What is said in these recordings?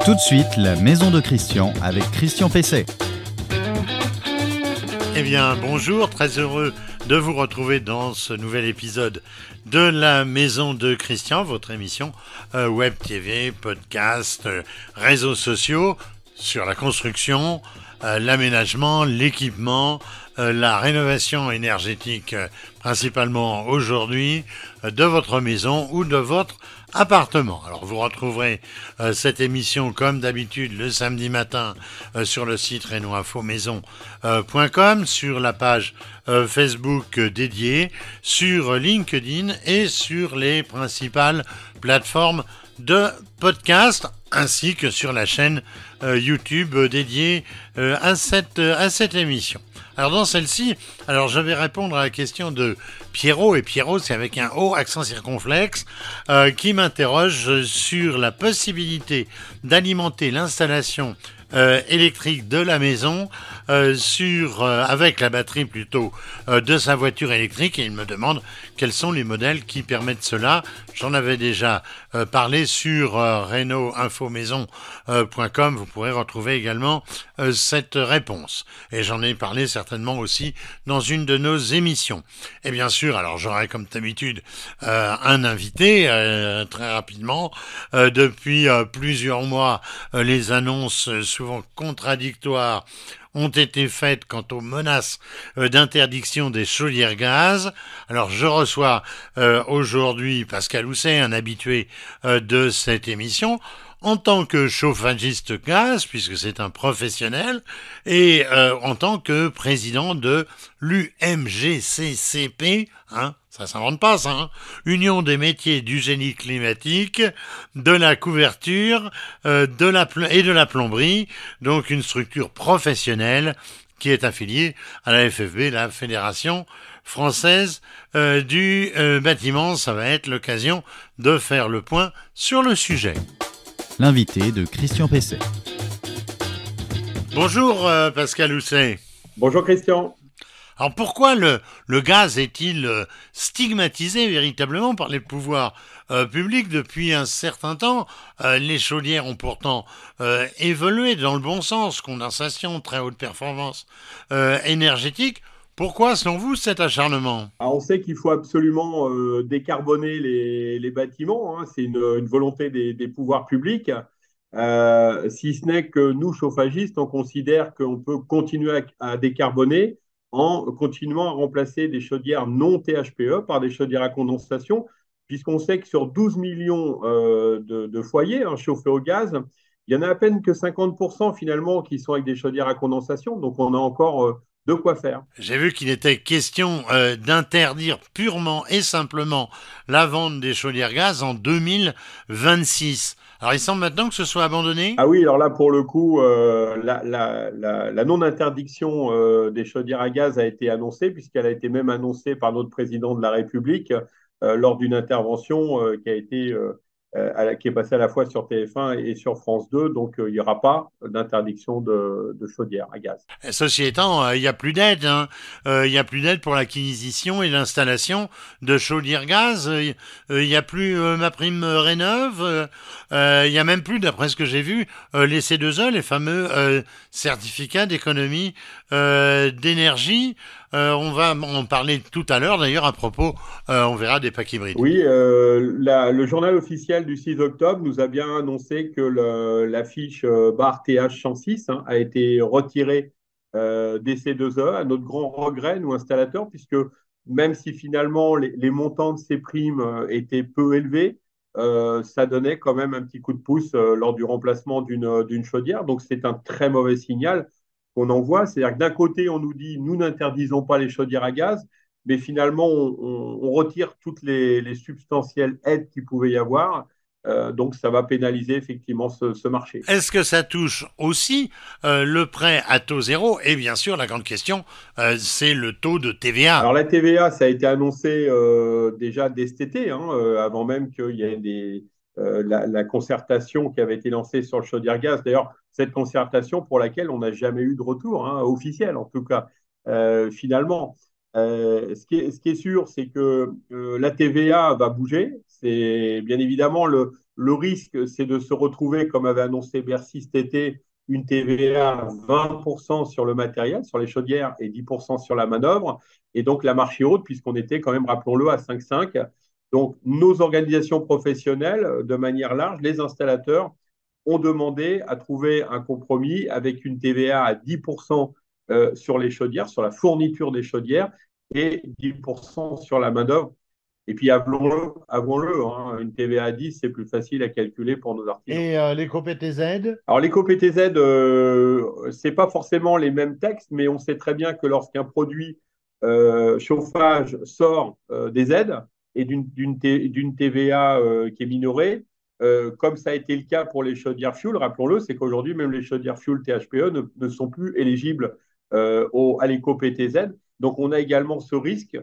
Tout de suite, la maison de Christian avec Christian Pesset. Eh bien, bonjour, très heureux de vous retrouver dans ce nouvel épisode de la maison de Christian, votre émission web TV, podcast, réseaux sociaux sur la construction, l'aménagement, l'équipement, la rénovation énergétique, principalement aujourd'hui, de votre maison ou de votre appartement. Alors vous retrouverez cette émission comme d'habitude le samedi matin sur le site renoinfomaison.com, sur la page Facebook dédiée, sur LinkedIn et sur les principales plateformes de podcast, ainsi que sur la chaîne YouTube dédiée à cette émission. Alors dans celle-ci, je vais répondre à la question de Pierrot, et Pierrot c'est avec un O accent circonflexe, qui m'interroge sur la possibilité d'alimenter l'installation électrique de la maison avec la batterie plutôt de sa voiture électrique, et il me demande quels sont les modèles qui permettent cela. J'en avais déjà parlé sur renoinfomaison.com. Vous pourrez retrouver également cette réponse, et j'en ai parlé certainement aussi dans une de nos émissions. Et bien sûr, alors j'aurai comme d'habitude un invité très rapidement. Depuis plusieurs mois, les annonces souvent contradictoires ont été faites quant aux menaces d'interdiction des chaudières gaz. Alors je reçois aujourd'hui Pascal Housset, un habitué de cette émission, en tant que chauffagiste gaz, puisque c'est un professionnel, et en tant que président de l'UMGCCP, ça s'invente pas ça, Union des métiers du génie climatique, de la couverture et de la plomberie, donc une structure professionnelle qui est affiliée à la FFB, la Fédération française du bâtiment. Ça va être l'occasion de faire le point sur le sujet. L'invité de Christian Pesset. Bonjour Pascal Housset. Bonjour Christian. Alors pourquoi le gaz est-il stigmatisé véritablement par les pouvoirs publics depuis un certain temps? Les chaudières ont pourtant évolué dans le bon sens, condensation, très haute performance énergétique. Pourquoi, selon vous, cet acharnement? Alors, on sait qu'il faut absolument décarboner les bâtiments, c'est une volonté des pouvoirs publics, si ce n'est que nous, chauffagistes, on considère qu'on peut continuer à décarboner en continuant à remplacer des chaudières non THPE par des chaudières à condensation, puisqu'on sait que sur 12 millions de foyers chauffés au gaz, il y en a à peine que 50% finalement qui sont avec des chaudières à condensation, donc on a encore de quoi faire. J'ai vu qu'il était question d'interdire purement et simplement la vente des chaudières gaz en 2026. Alors il semble maintenant que ce soit abandonné? Ah oui, alors là pour le coup, la non-interdiction des chaudières à gaz a été annoncée, puisqu'elle a été même annoncée par notre président de la République lors d'une intervention qui est passée à la fois sur TF1 et sur France 2. Donc il n'y aura pas d'interdiction de chaudières à gaz. Et ceci étant, il n'y a plus d'aide. Il n'y a plus d'aide pour l'acquisition et l'installation de chaudières gaz. Il n'y a plus ma prime Rénov'. Il n'y a même plus, d'après ce que j'ai vu, les C2E, les fameux certificats d'économie d'énergie. On va en parler tout à l'heure, d'ailleurs, à propos, on verra des packs hybrides. Oui, le journal officiel du 6 octobre nous a bien annoncé que la fiche barre TH 106 a été retirée des C2E, à notre grand regret, nous installateurs, puisque même si finalement les montants de ces primes étaient peu élevés, ça donnait quand même un petit coup de pouce lors du remplacement d'une chaudière. Donc c'est un très mauvais signal qu'on envoie. C'est-à-dire que d'un côté, on nous dit nous n'interdisons pas les chaudières à gaz, mais finalement, on retire toutes les substantielles aides qu'il pouvait y avoir. Donc, ça va pénaliser effectivement ce marché. Est-ce que ça touche aussi le prêt à taux zéro? Et bien sûr, la grande question, c'est le taux de TVA. Alors, la TVA, ça a été annoncé déjà dès cet été, avant même qu'il y ait la concertation qui avait été lancée sur le chaudière gaz. D'ailleurs, cette concertation pour laquelle on n'a jamais eu de retour, officiel en tout cas, finalement. Ce qui est sûr, c'est que la TVA va bouger. C'est bien évidemment Le risque, c'est de se retrouver, comme avait annoncé Bercy cet été, une TVA à 20% sur le matériel, sur les chaudières, et 10% sur la manœuvre. Et donc la marche est haute, puisqu'on était quand même, rappelons-le, à 5,5. Donc nos organisations professionnelles, de manière large, les installateurs, ont demandé à trouver un compromis avec une TVA à 10% sur les chaudières, sur la fourniture des chaudières, et 10% sur la main-d'œuvre. Et puis, avouons-le, hein, une TVA à 10, c'est plus facile à calculer pour nos artisans. Et l'éco-PTZ? Alors, l'éco-PTZ, ce n'est pas forcément les mêmes textes, mais on sait très bien que lorsqu'un produit chauffage sort des aides et d'une TVA qui est minorée, comme ça a été le cas pour les chaudières fuel, rappelons-le, c'est qu'aujourd'hui, même les chaudières fuel THPE ne sont plus éligibles à l'éco-PTZ. Donc, on a également ce risque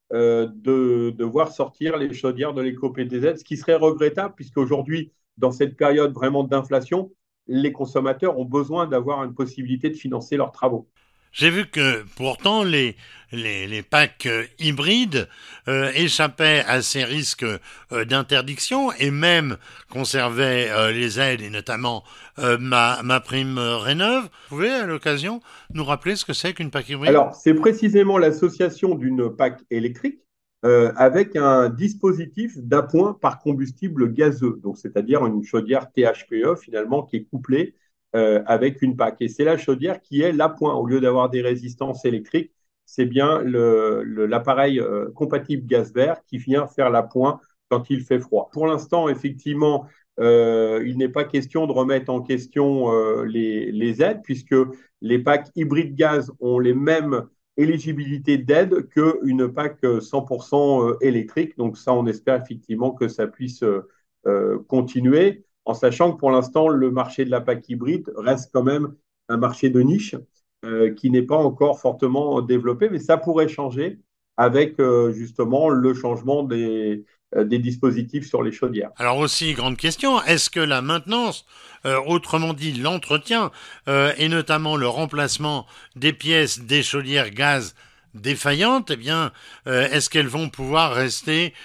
de voir sortir les chaudières de l'éco-PTZ, ce qui serait regrettable, puisqu'aujourd'hui, dans cette période vraiment d'inflation, les consommateurs ont besoin d'avoir une possibilité de financer leurs travaux. J'ai vu que pourtant les packs hybrides échappaient à ces risques d'interdiction et même conservaient les aides et notamment ma prime Rénov'. Vous pouvez à l'occasion nous rappeler ce que c'est qu'une pack hybride? Alors, c'est précisément l'association d'une PAC électrique avec un dispositif d'appoint par combustible gazeux, donc c'est-à-dire une chaudière THPE finalement qui est couplée avec une PAC. Et c'est la chaudière qui est l'appoint. Au lieu d'avoir des résistances électriques, c'est bien l'appareil compatible gaz vert qui vient faire l'appoint quand il fait froid. Pour l'instant, effectivement, il n'est pas question de remettre en question les aides, puisque les packs hybrides gaz ont les mêmes éligibilités d'aide qu'une PAC 100% électrique. Donc ça, on espère effectivement que ça puisse continuer, en sachant que pour l'instant, le marché de la PAC hybride reste quand même un marché de niche qui n'est pas encore fortement développé, mais ça pourrait changer avec justement le changement des dispositifs sur les chaudières. Alors aussi, grande question, est-ce que la maintenance, autrement dit l'entretien, et notamment le remplacement des pièces des chaudières gaz défaillantes, eh bien, est-ce qu'elles vont pouvoir rester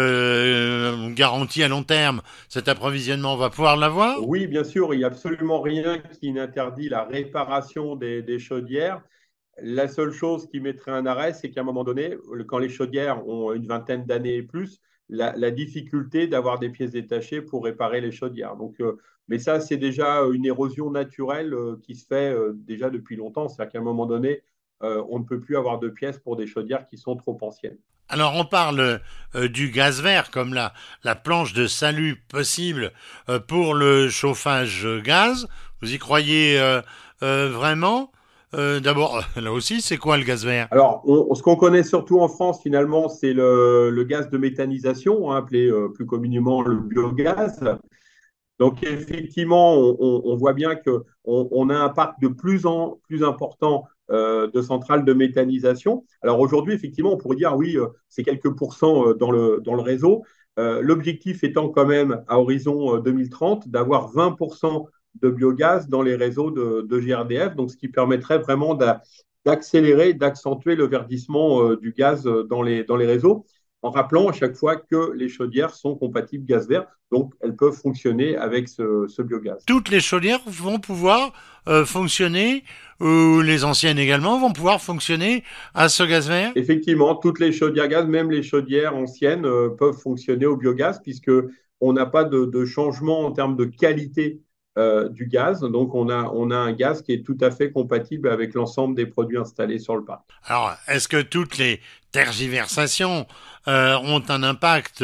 garanties à long terme? Cet approvisionnement va pouvoir l'avoir? Oui, bien sûr, il n'y a absolument rien qui n'interdit la réparation des chaudières. La seule chose qui mettrait un arrêt, c'est qu'à un moment donné, quand les chaudières ont une vingtaine d'années et plus, la difficulté d'avoir des pièces détachées pour réparer les chaudières. Donc, mais ça, c'est déjà une érosion naturelle qui se fait déjà depuis longtemps. C'est-à-dire qu'à un moment donné, on ne peut plus avoir de pièces pour des chaudières qui sont trop anciennes. Alors on parle du gaz vert comme la planche de salut possible pour le chauffage gaz. Vous y croyez vraiment? D'abord, là aussi, c'est quoi le gaz vert? Alors, ce qu'on connaît surtout en France, finalement, c'est le gaz de méthanisation, hein, appelé plus communément le biogaz. Donc, effectivement, on voit bien qu'on a un parc de plus en plus important de centrales de méthanisation. Alors, aujourd'hui, effectivement, on pourrait dire, oui, c'est quelques pourcents dans le réseau. L'objectif étant quand même, à horizon 2030, d'avoir 20% de biogaz dans les réseaux de GRDF, donc ce qui permettrait vraiment d'accélérer, d'accentuer le verdissement du gaz dans les réseaux, en rappelant à chaque fois que les chaudières sont compatibles gaz vert, donc elles peuvent fonctionner avec ce biogaz. Toutes les chaudières vont pouvoir fonctionner, ou les anciennes également, vont pouvoir fonctionner à ce gaz vert? Effectivement, toutes les chaudières gaz, même les chaudières anciennes, peuvent fonctionner au biogaz, puisque on n'a pas de changement en termes de qualité du gaz. Donc, on a un gaz qui est tout à fait compatible avec l'ensemble des produits installés sur le parc. Alors, est-ce que toutes les tergiversations ont un impact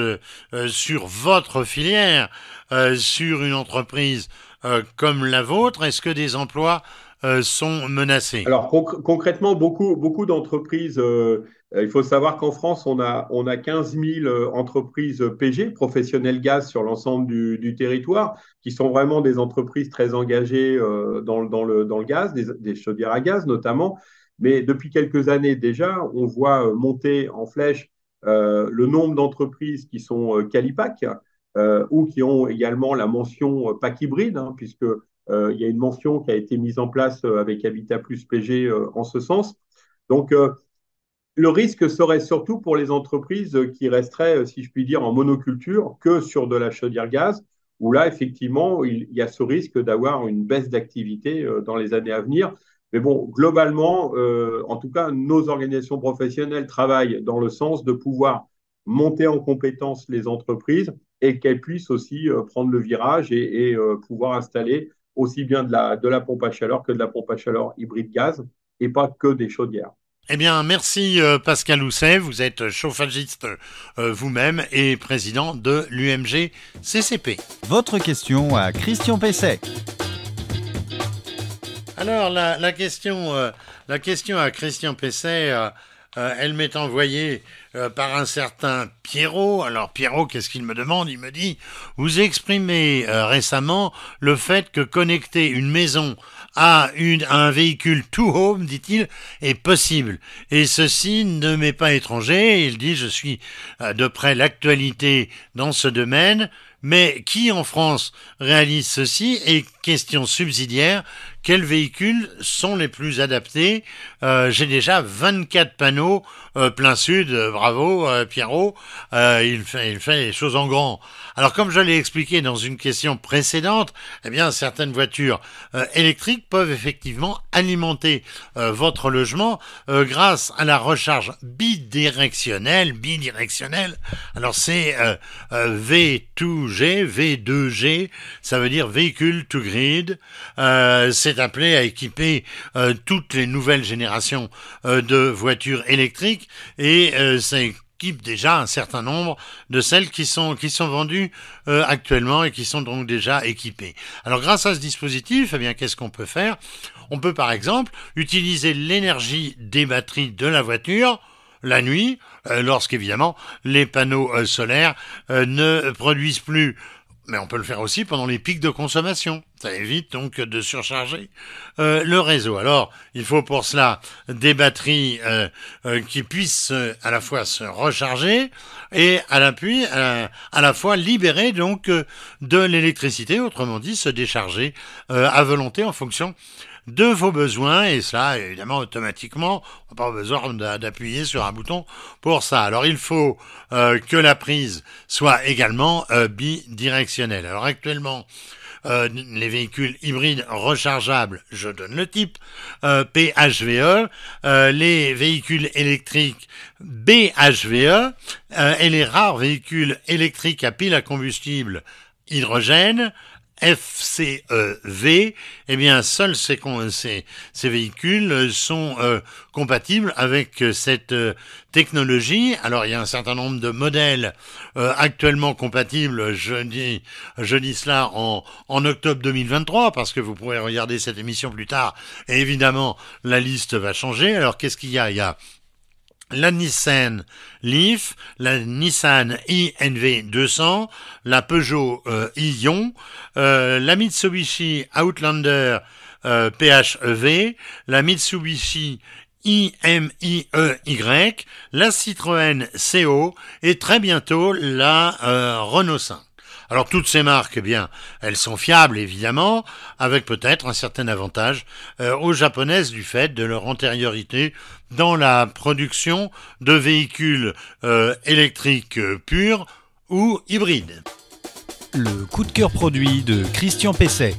sur votre filière, sur une entreprise comme la vôtre? Est-ce que des emplois sont menacés? Alors concrètement, beaucoup d'entreprises, il faut savoir qu'en France, on a 15 000 entreprises PG, professionnels gaz, sur l'ensemble du territoire, qui sont vraiment des entreprises très engagées dans le gaz, des chaudières à gaz notamment. Mais depuis quelques années déjà, on voit monter en flèche le nombre d'entreprises qui sont Qualipac ou qui ont également la mention PAC hybride, hein, puisque il y a une mention qui a été mise en place avec Habitat Plus PG en ce sens. Donc, le risque serait surtout pour les entreprises qui resteraient, si je puis dire, en monoculture que sur de la chaudière gaz, où là, effectivement, il y a ce risque d'avoir une baisse d'activité dans les années à venir. Mais bon, globalement, en tout cas, nos organisations professionnelles travaillent dans le sens de pouvoir monter en compétence les entreprises et qu'elles puissent aussi prendre le virage et pouvoir installer aussi bien de la pompe à chaleur que de la pompe à chaleur hybride gaz et pas que des chaudières. Eh bien, merci Pascal Housset, vous êtes chauffagiste vous-même et président de l'UMG CCP. Votre question à Christian Pesset. Alors, la question à Christian Pesset, elle m'est envoyée par un certain Pierrot. Alors Pierrot, qu'est-ce qu'il me demande? Il me dit, vous exprimez récemment le fait que connecter une maison à un véhicule to home, dit-il, est possible. Et ceci ne m'est pas étranger. Il dit, je suis de près l'actualité dans ce domaine. Mais qui en France réalise ceci? Et question subsidiaire, quels véhicules sont les plus adaptés? J'ai déjà 24 panneaux plein sud, bravo Pierrot, il fait les choses en grand. Alors comme je l'ai expliqué dans une question précédente, eh bien certaines voitures électriques peuvent effectivement alimenter votre logement grâce à la recharge bidirectionnelle. Alors c'est V2G, ça veut dire véhicule to grid. C'est appelé à équiper toutes les nouvelles générations de voitures électriques et ça équipe déjà un certain nombre de celles qui sont vendues actuellement et qui sont donc déjà équipées. Alors grâce à ce dispositif, eh bien qu'est-ce qu'on peut faire? On peut par exemple utiliser l'énergie des batteries de la voiture la nuit, lorsqu'évidemment les panneaux solaires ne produisent plus. Mais on peut le faire aussi pendant les pics de consommation. Ça évite donc de surcharger le réseau. Alors, il faut pour cela des batteries qui puissent à la fois se recharger et à la fois libérer donc de l'électricité, autrement dit se décharger à volonté en fonction de vos besoins, et ça, évidemment, automatiquement, on n'a pas besoin d'appuyer sur un bouton pour ça. Alors, il faut que la prise soit également bidirectionnelle. Alors, actuellement, les véhicules hybrides rechargeables, je donne le type, PHVE, les véhicules électriques BHVE, et les rares véhicules électriques à pile à combustible hydrogène, FCEV, eh bien, seuls ces véhicules sont compatibles avec cette technologie. Alors, il y a un certain nombre de modèles actuellement compatibles. Je dis cela en octobre 2023, parce que vous pourrez regarder cette émission plus tard. Et évidemment, la liste va changer. Alors, qu'est-ce qu'il y a? Il y a la Nissan Leaf, la Nissan i-NV 200, la Peugeot Ion, la Mitsubishi Outlander PHEV, la Mitsubishi IMIEY, la Citroën CO et très bientôt la Renault 5. Alors toutes ces marques, eh bien, elles sont fiables évidemment, avec peut-être un certain avantage aux japonaises du fait de leur antériorité dans la production de véhicules électriques purs ou hybrides. Le coup de cœur produit de Christian Pesset.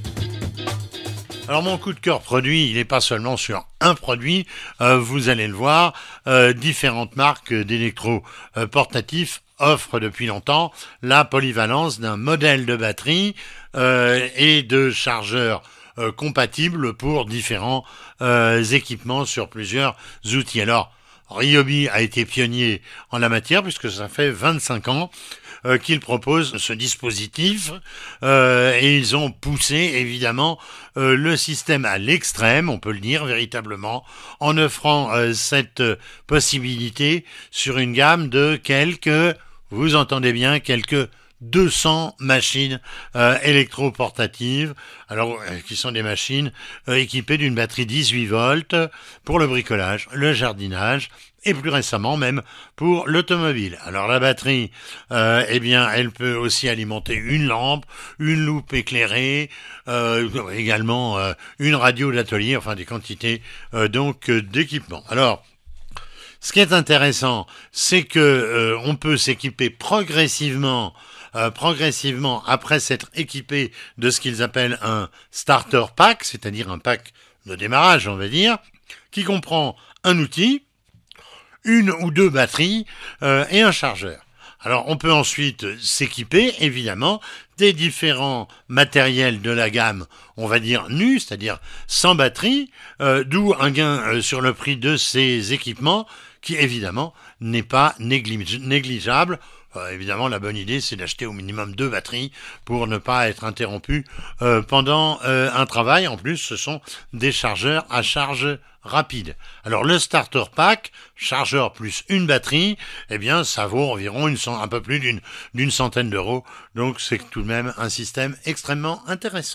Alors mon coup de cœur produit, il n'est pas seulement sur un produit, vous allez le voir, différentes marques d'électro-portatifs offrent depuis longtemps la polyvalence d'un modèle de batterie et de chargeurs compatibles pour différents équipements sur plusieurs outils. Alors, Ryobi a été pionnier en la matière puisque ça fait 25 ans qu'ils proposent ce dispositif et ils ont poussé évidemment le système à l'extrême, on peut le dire véritablement, en offrant cette possibilité sur une gamme de vous entendez bien, quelques 200 machines électroportatives, alors qui sont des machines équipées d'une batterie 18 volts pour le bricolage, le jardinage et plus récemment même pour l'automobile. Alors la batterie, eh bien, elle peut aussi alimenter une lampe, une loupe éclairée, également une radio d'atelier, enfin des quantités donc d'équipements. Alors, ce qui est intéressant, c'est que on peut s'équiper progressivement progressivement, après s'être équipés de ce qu'ils appellent un starter pack, c'est-à-dire un pack de démarrage, on va dire, qui comprend un outil, une ou deux batteries et un chargeur. Alors on peut ensuite s'équiper, évidemment, des différents matériels de la gamme, on va dire nus, c'est-à-dire sans batterie, d'où un gain sur le prix de ces équipements qui, évidemment, n'est pas négligeable. Évidemment, la bonne idée, c'est d'acheter au minimum 2 batteries pour ne pas être interrompu pendant un travail. En plus, ce sont des chargeurs à charge rapide. Alors, le starter pack, chargeur plus une batterie, eh bien, ça vaut environ un peu plus d'une centaine d'euros. Donc, c'est tout de même un système extrêmement intéressant.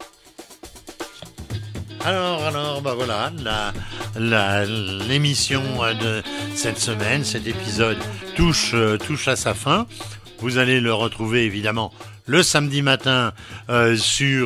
Alors, bah voilà, l'émission de cette semaine, cet épisode touche à sa fin. Vous allez le retrouver évidemment le samedi matin sur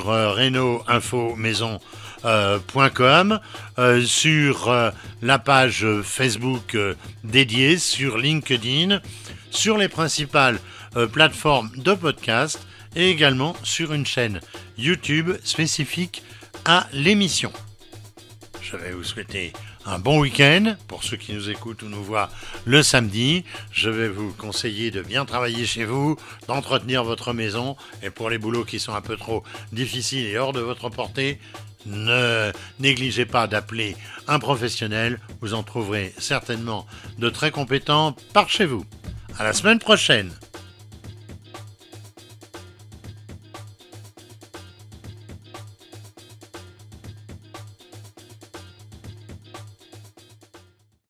reno-info-maison.com, sur la page Facebook dédiée, sur LinkedIn, sur les principales plateformes de podcast et également sur une chaîne YouTube spécifique à l'émission. Je vais vous souhaiter un bon week-end pour ceux qui nous écoutent ou nous voient le samedi. Je vais vous conseiller de bien travailler chez vous, d'entretenir votre maison et pour les boulots qui sont un peu trop difficiles et hors de votre portée, ne négligez pas d'appeler un professionnel. Vous en trouverez certainement de très compétents par chez vous. À la semaine prochaine.